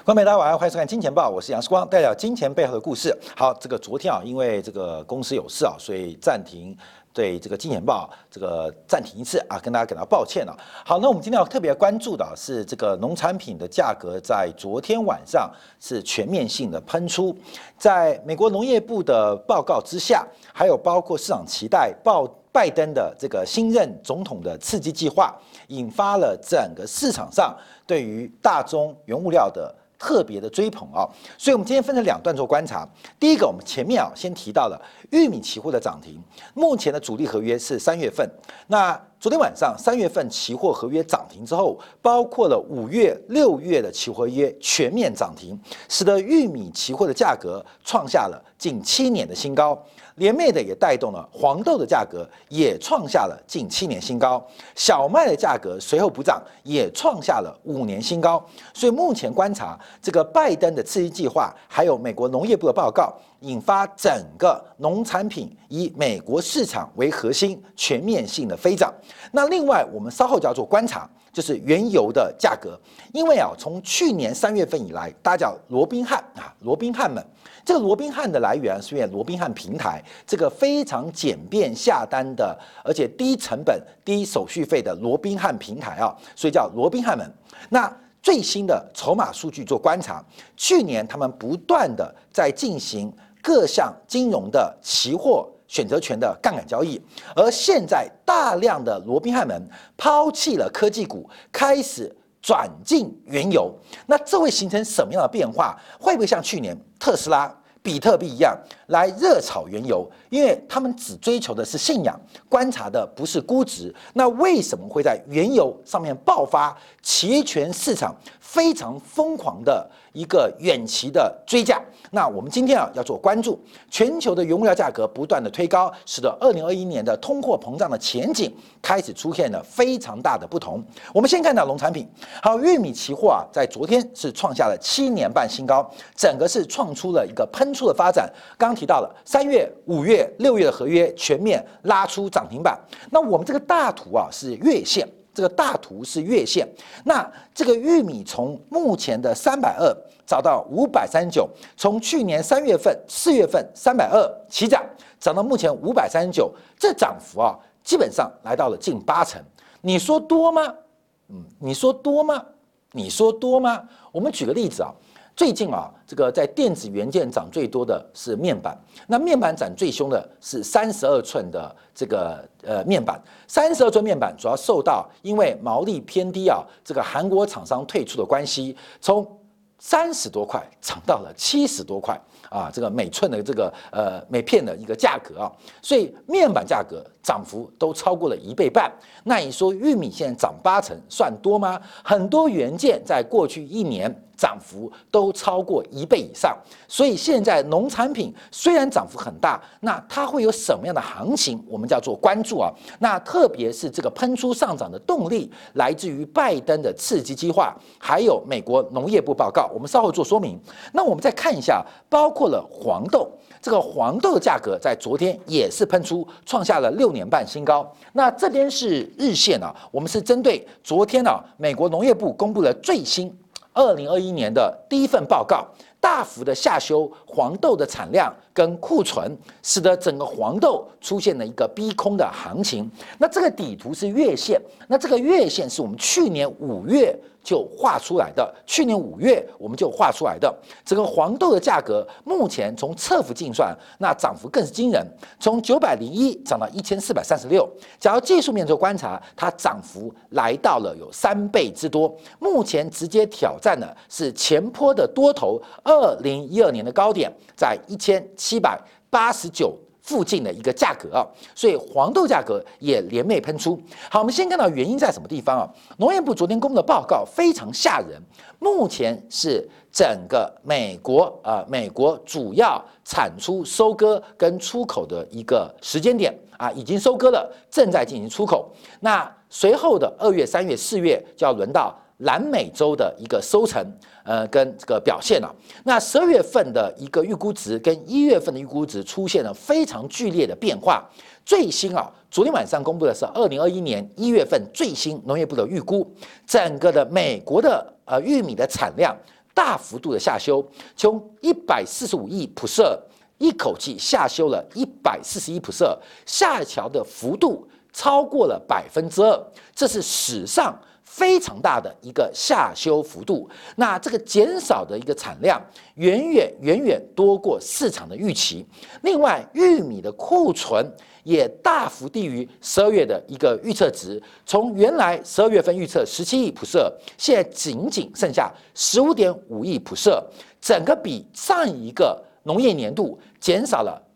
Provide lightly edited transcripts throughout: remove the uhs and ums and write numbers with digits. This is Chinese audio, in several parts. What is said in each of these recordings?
观众朋友大家晚上好，欢迎收看《金钱报》，我是杨世光，带来金钱背后的故事。好，这个昨天啊，因为这个公司有事啊，所以暂停对这个《金钱报》这个暂停一次啊，跟大家感到抱歉了。好，那我们今天要特别关注的是这个农产品的价格，在昨天晚上是全面性的喷出，在美国农业部的报告之下，还有包括市场期待拜登的这个新任总统的刺激计划，引发了整个市场上对于大宗原物料的特别的追捧啊，所以我们今天分成两段做观察。第一个，我们前面先提到了玉米期货的涨停，目前的主力合约是3月份。那昨天晚上3月份期货合约涨停之后，包括了5月、6月的期货合约全面涨停，使得玉米期货的价格创下了近7年的新高。连袂的也带动了黄豆的价格也创下了近7年新高，小麦的价格随后补涨，也创下了5年新高。所以目前观察这个拜登的刺激计划，还有美国农业部的报告，引发整个农产品以美国市场为核心全面性的飞涨。那另外我们稍后就要做观察，就是原油的价格，因为从去年3月份以来，大家叫罗宾汉们。这个罗宾汉的来源是因为罗宾汉平台这个非常简便下单的，而且低成本、低手续费的罗宾汉平台啊，所以叫罗宾汉们。那最新的筹码数据做观察，去年他们不断的在进行各项金融的期货选择权的杠杆交易，而现在大量的罗宾汉们抛弃了科技股，开始转进原油，那这会形成什么样的变化？会不会像去年特斯拉、比特币一样来热炒原油？因为他们只追求的是信仰，观察的不是估值。那为什么会在原油上面爆发期权市场非常疯狂的一个远期的追价？那我们今天要做关注，全球的原物料价格不断的推高，使得2021年的通货膨胀的前景开始出现了非常大的不同。我们先看到农产品，好，玉米期货在昨天是创下了7年半新高，整个是创出了一个喷出的发展。刚刚提到了3月、5月、6月的合约全面拉出涨停板。那我们这个大图是月线。这个大图是月线，那这个玉米从目前的320涨到539，从去年3月份、4月份320起涨，涨到目前539，这涨幅基本上来到了近80%。你说多吗？你说多吗？你说多吗？我们举个例子最近这个在电子元件涨最多的是面板，那面板涨最凶的是32寸的这个面板。32寸面板主要受到因为毛利偏低这个韩国厂商退出的关系，从30多块涨到了70多块这个每寸的这个每片的一个价格所以面板价格涨幅都超过了1倍半。那你说玉米现在涨80%算多吗？很多元件在过去1年涨幅都超过1倍以上，所以现在农产品虽然涨幅很大，那它会有什么样的行情？我们叫做关注那特别是这个喷出上涨的动力，来自于拜登的刺激计划，还有美国农业部报告，我们稍后做说明。那我们再看一下，包括了黄豆，这个黄豆的价格在昨天也是喷出，创下了6年半新高。那这边是日线我们是针对昨天美国农业部公布了最新2021年的第一份报告，大幅的下修黄豆的产量跟库存，使得整个黄豆出现了一个逼空的行情。那这个底图是月线，那这个月线是我们去年5月就画出来的，去年5月我们就画出来的。整个黄豆的价格目前从侧幅计算，那涨幅更是惊人，从901涨到1436。假如技术面做观察，它涨幅来到了有3倍之多，目前直接挑战的是前波的多头2012年的高点，在1789附近的一个价格所以黄豆价格也连袂喷出。好，我们先看到原因在什么地方农业部昨天公布的报告非常吓人，目前是整个美国主要产出、收割跟出口的一个时间点已经收割了，正在进行出口。那随后的2月、3月、4月就要轮到南美洲的一个收成，跟这个表现那12月份的一个预估值跟1月份的预估值出现了非常剧烈的变化。最新昨天晚上公布的是2021年1月份最新农业部的预估，整个的美国的玉米的产量大幅度的下修，从145亿普舍一口气下修了141普舍，下调的幅度超过了2%，这是史上非常大的一个下修幅度。那这个减少的一个产量远远多过市场的预期。另外，玉米的库存也大幅低于12月的一个预测值，从原来12月份预测17亿普舍，现在仅剩下15.5亿普舍，整个比上一个农业年度减少了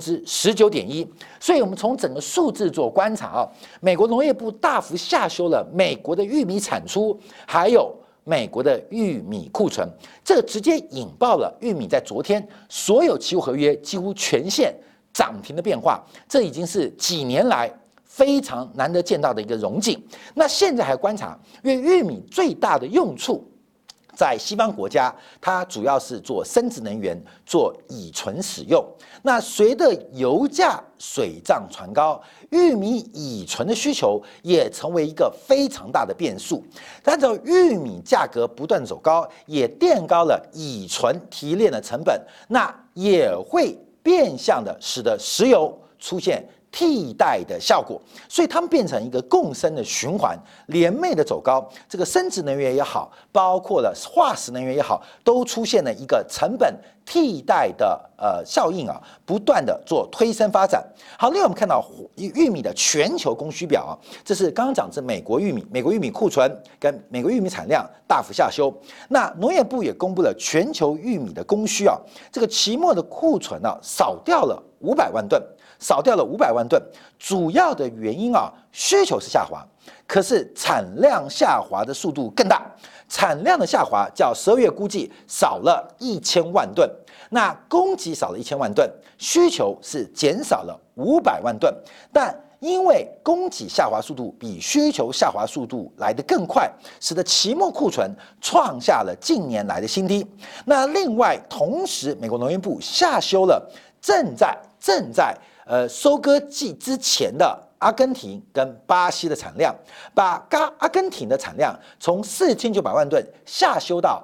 19.1%，所以我们从整个数字做观察啊，美国农业部大幅下修了美国的玉米产出，还有美国的玉米库存，这个直接引爆了玉米在昨天所有期货合约几乎全线涨停的变化，这已经是几年来非常难得见到的一个荣景。那现在还观察，因为玉米最大的用处在西方国家，它主要是做生质能源、做乙醇使用。那随着油价水涨船高，玉米乙醇的需求也成为一个非常大的变数。按照玉米价格不断走高，也垫高了乙醇提炼的成本，那也会变相的使得石油出现替代的效果，所以它们变成一个共生的循环，连袂的走高。这个生质能源也好，包括了化石能源也好，都出现了一个成本替代的效应啊，不断的做推升发展。好，另外我们看到玉米的全球供需表啊，这是刚刚讲是美国玉米库存跟美国玉米产量大幅下修。那农业部也公布了全球玉米的供需啊，这个期末的库存啊少掉了500万吨。主要的原因啊，需求是下滑，可是产量下滑的速度更大。产量的下滑较12月估计少了1000万吨，那供给少了1000万吨，需求是减少了500万吨，但因为供给下滑速度比需求下滑速度来得更快，使得期末库存创下了近年来的新低。那另外，同时美国农业部下修了正在收割季之前的阿根廷跟巴西的产量，把阿根廷的产量从4900万吨下修到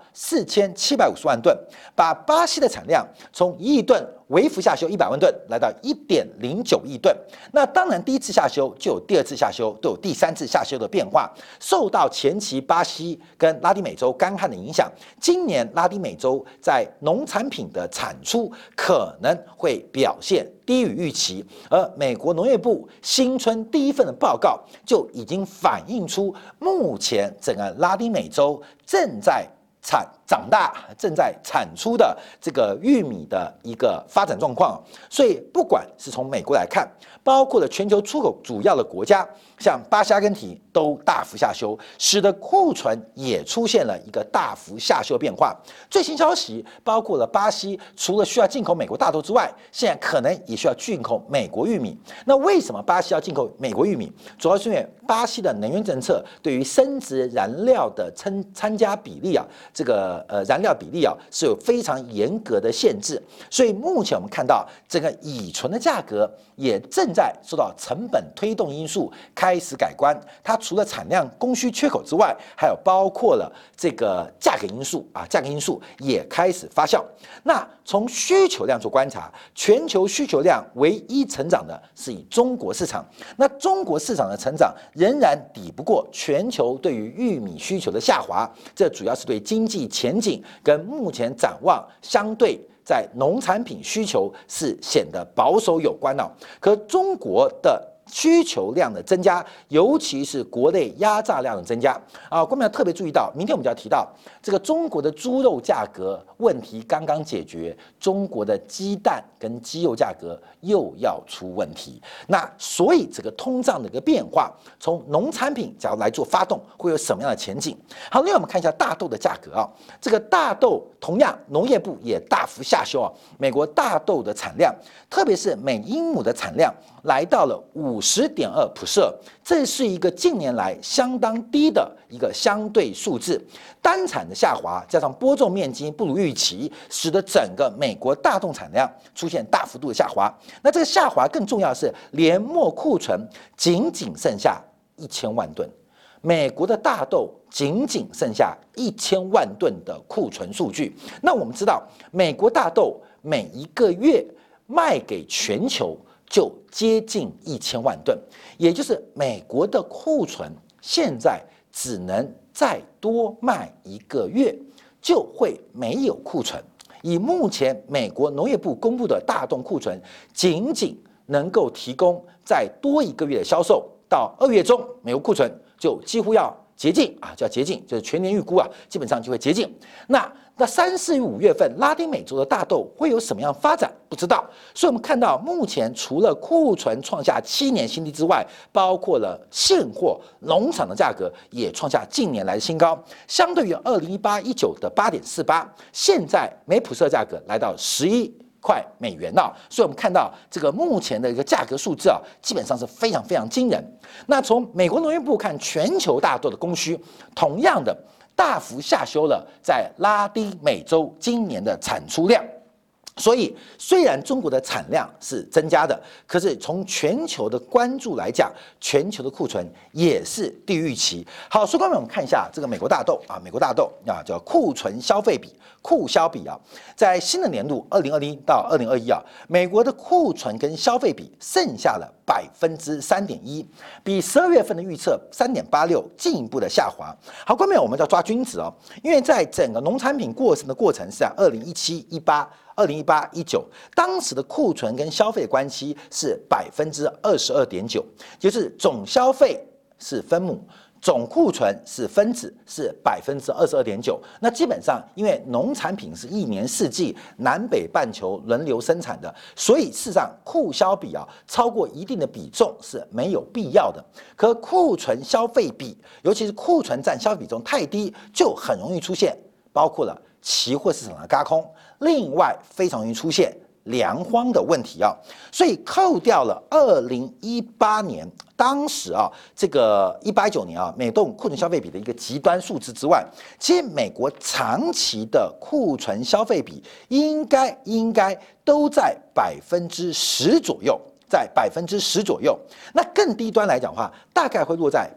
4750万吨，把巴西的产量从1亿吨微幅下修100万吨，来到1.09亿吨。那当然，第一次下修就有第二次下修，都有第三次下修的变化。受到前期巴西跟拉丁美洲干旱的影响，今年拉丁美洲在农产品的产出可能会表现低于预期，而美国农业部新春第一份的报告就已经反映出目前整个拉丁美洲正在长大、正在产出的这个玉米的一个发展状况。所以不管是从美国来看，包括了全球出口主要的国家，像巴西、阿根廷都大幅下修，使得库存也出现了一个大幅下修的变化。最新消息包括了巴西除了需要进口美国大豆之外，现在可能也需要进口美国玉米。那为什么巴西要进口美国玉米？主要是因为巴西的能源政策对于生质燃料的参加比例啊，这个燃料比例啊是有非常严格的限制，所以目前我们看到整个乙醇的价格也正在受到成本推动因素开始改观。它除了产量供需缺口之外，还有包括了这个价格因素啊，价格因素也开始发酵。那从需求量做观察，全球需求量唯一成长的是以中国市场，那中国市场的成长仍然抵不过全球对于玉米需求的下滑，这主要是对经济前景跟目前展望相对在农产品需求是显得保守有关哦。可中国的需求量的增加，尤其是国内压榨量的增加啊，观众要特别注意到，明天我们就要提到这个中国的猪肉价格问题刚刚解决，中国的鸡蛋跟鸡肉价格又要出问题。那所以这个通胀的一个变化，从农产品假如来做发动，会有什么样的前景？好，另外我们看一下大豆的价格啊，这个大豆同样农业部也大幅下修啊，美国大豆的产量，特别是每英亩的产量来到了50.2普舍，这是一个近年来相当低的一个相对数字。单产的下滑加上播种面积不如预期，使得整个美国大豆产量出现大幅度的下滑。那这个下滑更重要的是，年末库存仅剩下1000万吨。美国的大豆仅剩下1000万吨的库存数据。那我们知道，美国大豆每一个月卖给全球就接近1000万吨，也就是美国的库存现在只能再多卖1个月，就会没有库存。以目前美国农业部公布的大豆库存，仅能够提供再多1个月的销售，到2月中，美国库存就几乎要接近啊，就要接近，就是全年预估啊，基本上就会接近。那3、4、5月份，拉丁美洲的大豆会有什么样发展？不知道。所以我们看到，目前除了库存创下7年新低之外，包括了现货农场的价格也创下近年来的新高，相对于2018-19的8.48，现在每普色价格来到11块美元了，所以我们看到这个目前的一个价格数字啊，基本上是非常惊人。那从美国农业部看全球大豆的供需，同样的大幅下修了在拉丁美洲今年的产出量。所以，虽然中国的产量是增加的，可是从全球的关注来讲，全球的库存也是低于预期。好，所以观众们，我们看一下这个美国大豆啊，美国大豆啊叫库存消费比，库消比啊，在新的年度2020到2021啊，美国的库存跟消费比剩下了3.1%，比12月份的预测3.86进一步的下滑。好，观众们，我们要抓均值哦，因为在整个农产品过剩的过程是在2017-18。2018-19，当时的库存跟消费关系是22.9%，就是总消费是分母，总库存是分子，是22.9%。那基本上，因为农产品是1年4季南北半球轮流生产的，所以事实上库消比啊超过一定的比重是没有必要的。可库存消费比，尤其是库存占消费比重太低，就很容易出现包括了期货市场的轧空。另外，非常容易出现粮荒的问题啊，所以扣掉了2018年当时啊这个18-19年啊美豆库存消费比的一个极端数字之外，其实美国长期的库存消费比应该都在10%左右。在10%左右，那更低端来讲的话，大概会落在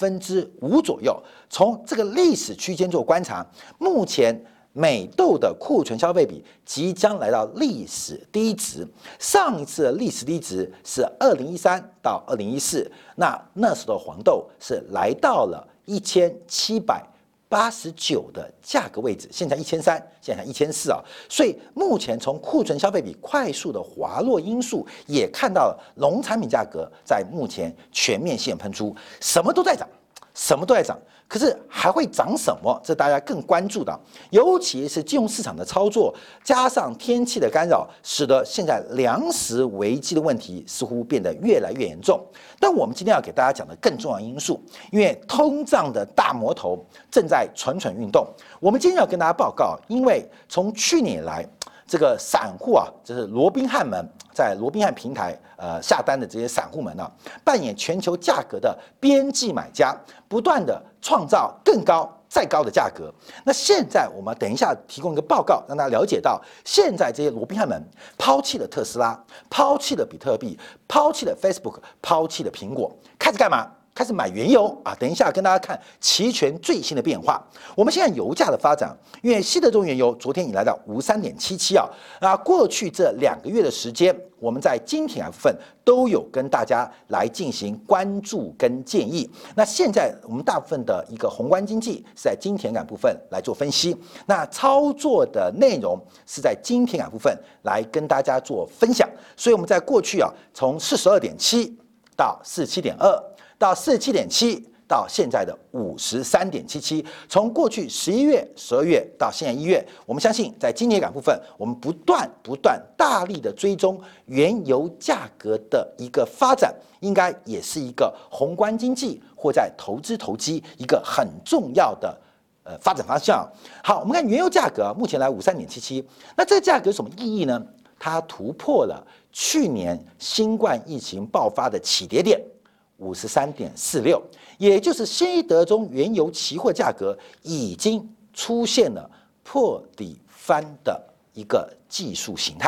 5%左右。从这个历史区间做观察，目前美豆的库存消费比即将来到历史低值，上一次的历史低值是2013到2014，那时候黄豆是来到了1789的价格位置，现在1300，现在1400啊，所以目前从库存消费比快速的滑落因素，也看到了农产品价格在目前全面性喷出，什么都在涨，什么都在涨。可是还会涨什么？这大家更关注的，尤其是金融市场的操作，加上天气的干扰，使得现在粮食危机的问题似乎变得越来越严重。但我们今天要给大家讲的更重要因素，因为通胀的大魔头正在蠢运动。我们今天要跟大家报告，因为从去年以来，这个散户啊，就是罗宾汉们在罗宾汉平台下单的这些散户们啊，扮演全球价格的边际买家，不断的创造更高再高的价格。那现在我们等一下提供一个报告，让大家了解到，现在这些罗宾汉们抛弃了特斯拉，抛弃了比特币，抛弃了 Facebook， 抛弃了苹果，开始干嘛？开始买原油啊！等一下跟大家看期权最新的变化。我们现在油价的发展，因为西德州原油昨天已来到53.77啊。过去这2个月的时间，我们在精品部分都有跟大家来进行关注跟建议。那现在我们大部分的一个宏观经济是在金铁杆部分来做分析，那操作的内容是在金铁杆部分来跟大家做分享。所以我们在过去啊，从42.7到47.2。到47.7，到现在的53.77，从过去11月、12月到现在1月，我们相信在金铁杆部分，我们不断大力的追踪原油价格的一个发展，应该也是一个宏观经济或在投机一个很重要的发展方向。好，我们看原油价格目前来53.77，那这个价格有什么意义呢？它突破了去年新冠疫情爆发的起跌点。53.46，也就是西德州原油期货价格已经出现了破底翻的一个技术形态，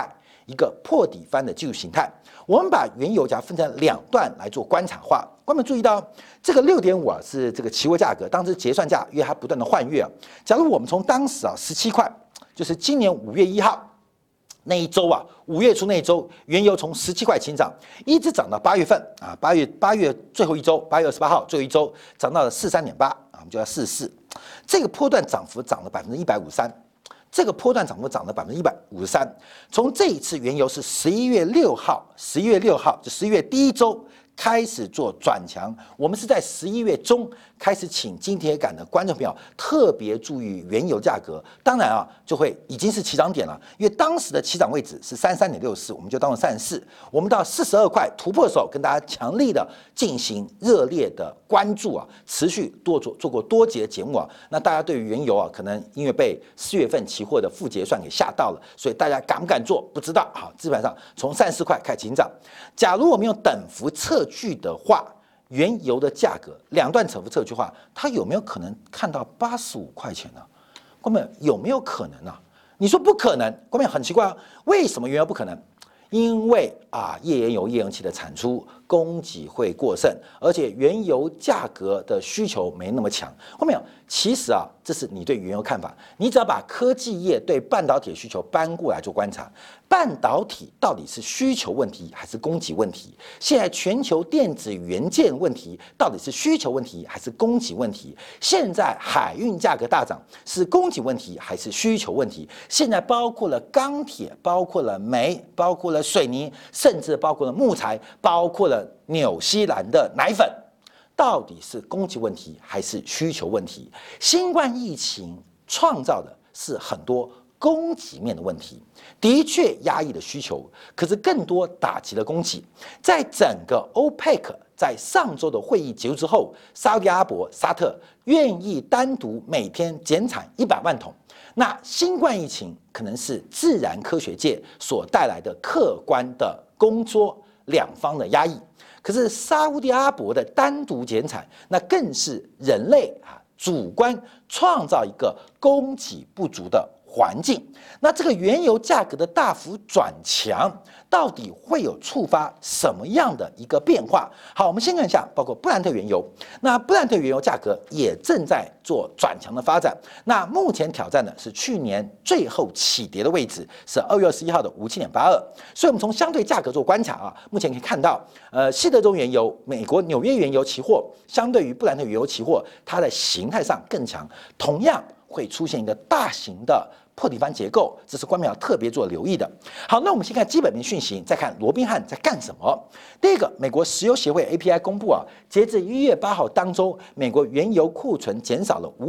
一个破底翻的技术形态。我们把原油价分成2段来做观察化。观众注意到，这个6.5啊是这个期货价格，当时结算价，因为它不断的换月啊。假如我们从当时啊17块，就是今年5月1号那一周啊，5月初那一周，原油从17块起涨，一直涨到8月份啊，8月最后一周，8月28号最后一周涨到了43.8啊，我们就要44，这个波段涨幅涨了153%。这个波段涨幅涨了153%。从这一次原油是11月6号，11月6号就11月第一周开始做转强，我们是在11月中开始请金铁杆的观众朋友特别注意原油价格。当然啊，就会已经是起涨点了，因为当时的起涨位置是33.64，我们就当做34。我们到42块突破的时候，跟大家强力的进行热烈的关注啊，持续做过多节节目啊。那大家对于原油啊，可能因为被4月份期货的负结算给吓到了，所以大家敢不敢做不知道。好，基本上从34块开始起涨。假如我们用等幅测距的话，原油的价格2段等幅测距的话，它有没有可能看到85块钱呢？观众有没有可能啊？你说不可能，观众很奇怪啊，为什么原油不可能？因为啊，页岩油、页岩气的产出供给会过剩，而且原油价格的需求没那么强。看到没有？其实啊，这是你对原油看法。你只要把科技业对半导体的需求搬过来做观察，半导体到底是需求问题还是供给问题？现在全球电子元件问题到底是需求问题还是供给问题？现在海运价格大涨是供给问题还是需求问题？现在包括了钢铁，包括了煤，包括了水泥，甚至包括了木材，包括了纽西兰的奶粉，到底是供给问题还是需求问题？新冠疫情创造的是很多供给面的问题，的确压抑了需求，可是更多打击了供给。在整个 OPEC 在上周的会议结束之后，沙特阿拉伯、沙特愿意单独每天减产100万桶。那新冠疫情可能是自然科学界所带来的客观的工作两方的压抑，可是沙特阿拉伯的单独减产，那更是人类主观创造一个供给不足的环境。那这个原油价格的大幅转强，到底会有触发什么样的一个变化？好，我们先看一下，包括布兰特原油。那布兰特原油价格也正在做转强的发展。那目前挑战的是去年最后起跌的位置，是2月21号的57.82。所以，我们从相对价格做观察啊，目前可以看到，西德州原油、美国纽约原油期货相对于布兰特原油期货，它的形态上更强，同样会出现一个大型的破底翻结构，这是观众要特别做留意的。好，那我们先看基本面讯息，再看罗宾汉在干什么。第一个，美国石油协会 API 公布啊，截至1月8号当周，美国原油库存减少了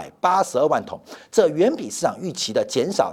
582万桶，这远比市场预期的减少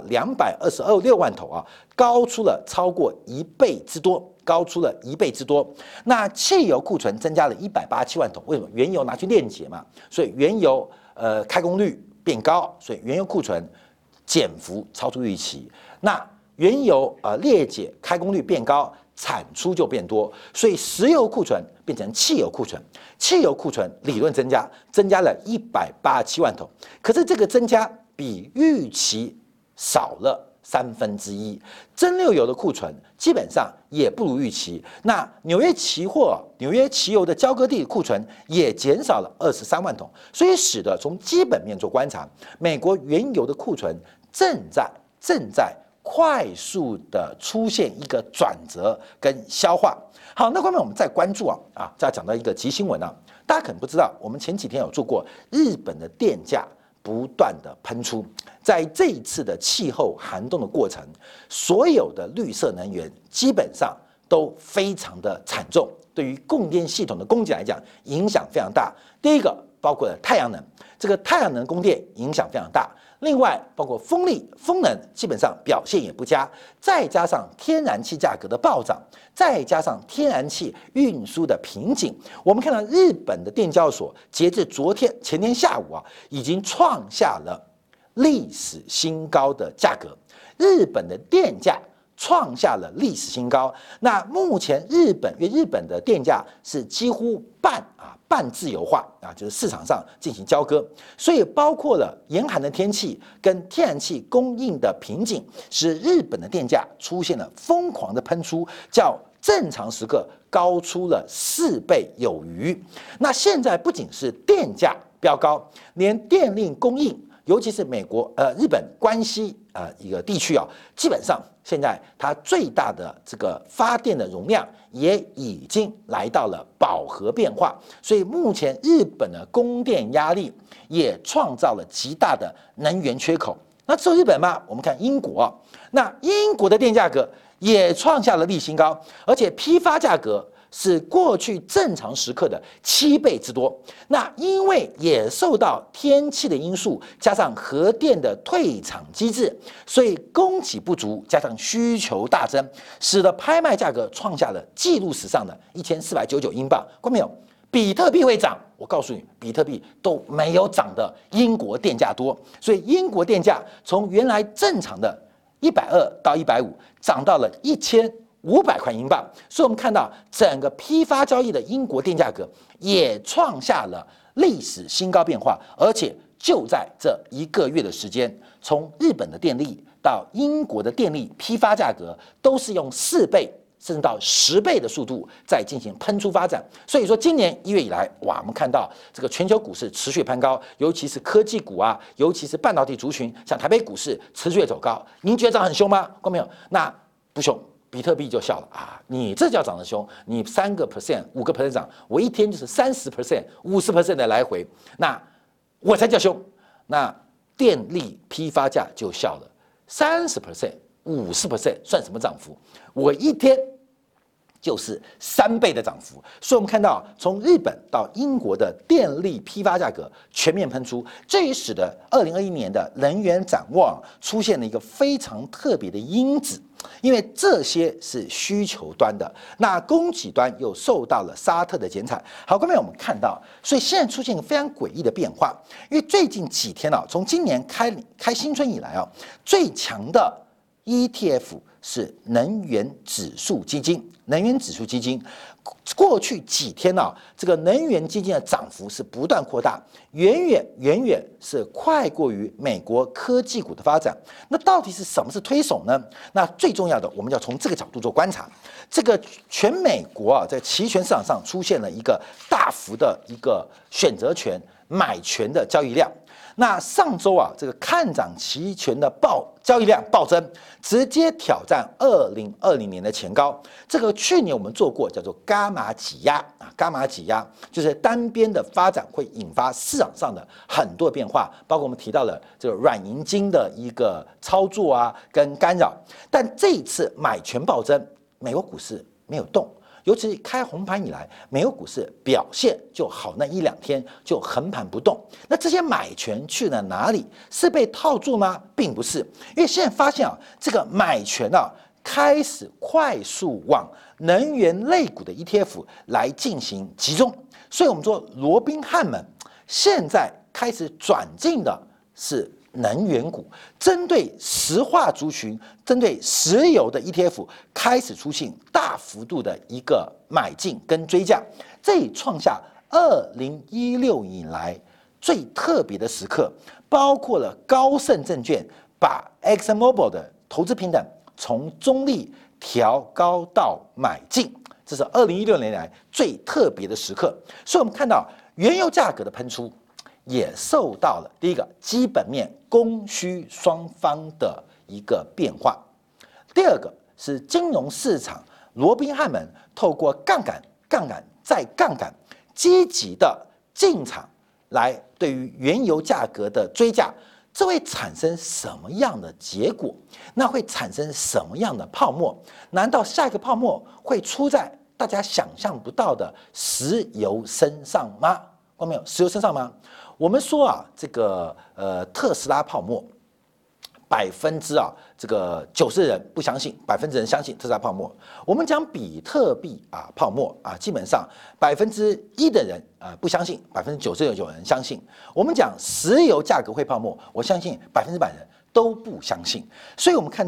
226万桶啊，高出了超过1倍之多。那汽油库存增加了187万桶，为什么？原油拿去炼解嘛，所以原油开工率变高，所以原油库存减幅超出预期。那原油裂解开工率变高，产出就变多，所以石油库存变成汽油库存，汽油库存理论增加了187万桶，可是这个增加比预期少了1/3，蒸馏油的库存基本上也不如预期。那纽约期油的交割地库存也减少了23万桶，所以使得从基本面做观察，美国原油的库存正在快速的出现一个转折跟消化。好，那后面我们再关注再讲到一个急新闻啊，大家可能不知道，我们前几天有做过日本的电价不断的喷出，在这一次的气候寒冬的过程，所有的绿色能源基本上都非常的惨重，对于供电系统的供给来讲影响非常大。第一个包括了太阳能，这个太阳能供电影响非常大。另外，包括风力、风能基本上表现也不佳，再加上天然气价格的暴涨，再加上天然气运输的瓶颈，我们看到日本的电交所截至前天下午已经创下了历史新高的价格，日本的电价创下了历史新高。那目前因为日本的电价是几乎半自由化就是市场上进行交割，所以包括了严寒的天气跟天然气供应的瓶颈，使日本的电价出现了疯狂的喷出，较正常时刻高出了4倍有余。那现在不仅是电价飙高，连电力供应，尤其是日本关西一个地区基本上现在它最大的这个发电的容量也已经来到了饱和变化，所以目前日本的供电压力也创造了极大的能源缺口。那只有日本吗？我们看英国那英国的电价格也创下了历史新高，而且批发价格是过去正常时刻的7倍之多。那因为也受到天气的因素，加上核电的退场机制，所以供给不足，加上需求大增，使得拍卖价格创下了纪录史上的1499英镑。看到没有？比特币会涨，我告诉你，比特币都没有涨的英国电价多，所以英国电价从原来正常的120到150，涨到了1500块英镑。所以我们看到整个批发交易的英国电价格也创下了历史新高变化，而且就在这1个月的时间，从日本的电力到英国的电力批发价格都是用4倍甚至到10倍的速度在进行喷出发展。所以说今年1月以来，我们看到这个全球股市持续攀高，尤其是科技股尤其是半导体族群，像台北股市持续走高。您觉得涨很凶吗？看到没有？那不凶，比特币就笑了你这叫涨得凶，你3%、5% 涨，我一天就是30%、50% 的来回，那我才叫凶。那电力批发价就笑了，30%、50%算什么涨幅？我一天就是3倍的涨幅。所以我们看到从日本到英国的电力批发价格全面喷出，这也使得2021年的能源展望出现了一个非常特别的因子。因为这些是需求端的，那供给端又受到了沙特的减产。好，各位我们看到，所以现在出现一个非常诡异的变化。因为最近几天从今年开新春以来最强的 ETF 是能源指数基金。过去几天这个能源基金的涨幅是不断扩大，远远是快过于美国科技股的发展。那到底是什么是推手呢？那最重要的，我们要从这个角度做观察。这个全美国在期权市场上出现了一个大幅的一个选择权买权的交易量。那上周这个看涨期权的交易量暴增，直接挑战2020年的前高。这个去年我们做过，叫做伽马挤压伽马挤压就是单边的发展会引发市场上的很多变化，包括我们提到了这个软银金的一个操作跟干扰。但这一次买权暴增，美国股市没有动。尤其开红盘以来，美国股市表现就好那1-2天就横盘不动。那这些买权去了哪里？是被套住吗？并不是，因为现在发现这个买权开始快速往能源类股的 ETF 来进行集中。所以我们说罗宾汉们现在开始转进的是能源股，针对石化族群，针对石油的 ETF 开始出现大幅度的一个买进跟追价，这也创下2016以来最特别的时刻。包括了高盛证券把 ExxonMobil 的投资平等从中立调高到买进，这是2016年来最特别的时刻。所以我们看到原油价格的喷出也受到了第一个基本面供需双方的一个变化，第二个是金融市场罗宾汉们透过杠杆再杠杆积极的进场来对于原油价格的追价，这会产生什么样的结果？那会产生什么样的泡沫？难道下一个泡沫会出在大家想象不到的石油身上吗？看到没有？石油身上吗？我们说这个特斯拉泡沫这个90%的人不相信，1%人相信特斯拉泡沫。我们讲比特币泡沫基本上1%的人不相信，99%人相信。我们讲石油价格会泡沫，我相信100%人都不相信。所以我们看到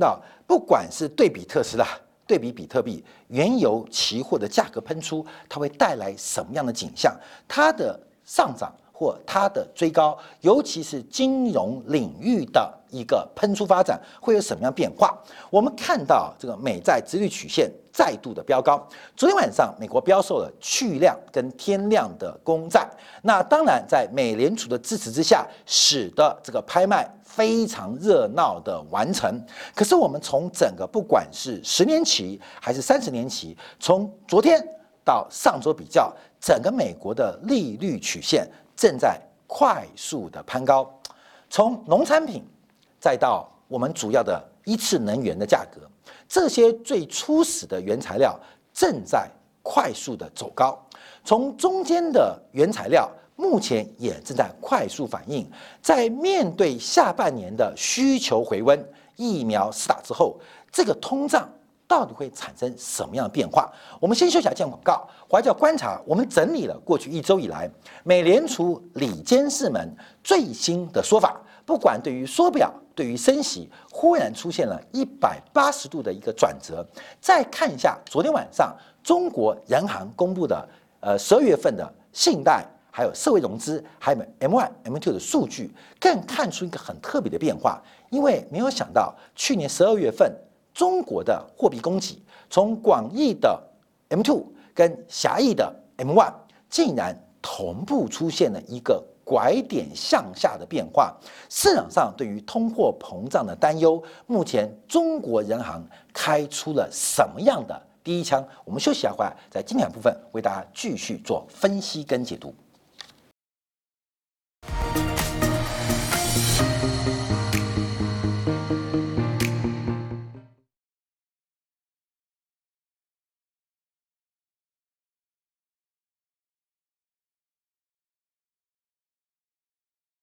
不管是对比特斯拉、对比比特币，原油期货的价格喷出，它会带来什么样的景象？它的上涨或它的追高，尤其是金融领域的一个喷出发展，会有什么样变化？我们看到这个美债殖利率曲线再度的飙高。昨天晚上，美国标售了去量跟天量的公债，那当然在美联储的支持之下，使得这个拍卖非常热闹的完成。可是我们从整个不管是10年期还是30年期，从昨天到上周比较，整个美国的利率曲线正在快速的攀高，从农产品再到我们主要的依次能源的价格，这些最初始的原材料正在快速的走高，从中间的原材料目前也正在快速反应，在面对下半年的需求回温，疫苗施打之后，这个通胀到底会产生什么样的变化？我们先休息一下，见广告。我还要观察，我们整理了过去1周以来美联储理监事们最新的说法，不管对于缩表、对于升息，忽然出现了180度的一个转折。再看一下昨天晚上中国人行公布的12月份的信贷，还有社会融资，还有 M1、M2 的数据，更看出一个很特别的变化。因为没有想到去年12月份。中国的货币供给从广义的 M2 跟狭义的 M1，竟然同步出现了一个拐点向下的变化。市场上对于通货膨胀的担忧，目前中国人行开出了什么样的第一枪？我们休息一下，回来在精彩部分为大家继续做分析跟解读。